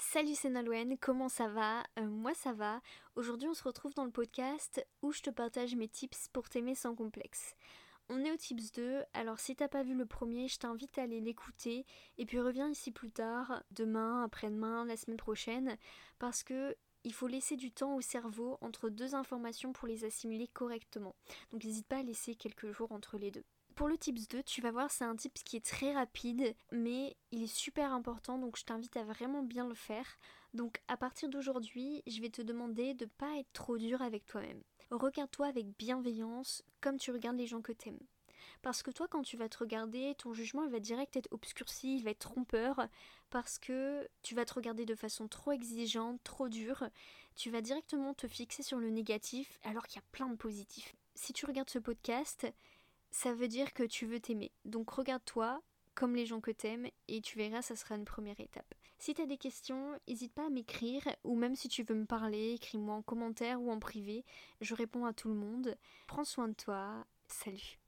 Salut, c'est Nolwenn, comment ça va? Moi ça va. Aujourd'hui on se retrouve dans le podcast où je te partage mes tips pour t'aimer sans complexe. On est au tips 2, alors si t'as pas vu le premier, je t'invite à aller l'écouter et puis reviens ici plus tard, demain, après-demain, la semaine prochaine, parce que il faut laisser du temps au cerveau entre deux informations pour les assimiler correctement. Donc n'hésite pas à laisser quelques jours entre les deux. Pour le tips 2, tu vas voir, c'est un tips qui est très rapide, mais il est super important, donc je t'invite à vraiment bien le faire. Donc à partir d'aujourd'hui, je vais te demander de ne pas être trop dur avec toi-même. Regarde-toi avec bienveillance, comme tu regardes les gens que t'aimes. Parce que toi, quand tu vas te regarder, ton jugement il va direct être obscurci, il va être trompeur, parce que tu vas te regarder de façon trop exigeante, trop dure. Tu vas directement te fixer sur le négatif, alors qu'il y a plein de positifs. Si tu regardes ce podcast, ça veut dire que tu veux t'aimer. Donc regarde-toi comme les gens que t'aimes et tu verras, ça sera une première étape. Si t'as des questions, n'hésite pas à m'écrire ou même si tu veux me parler, écris-moi en commentaire ou en privé. Je réponds à tout le monde. Prends soin de toi. Salut.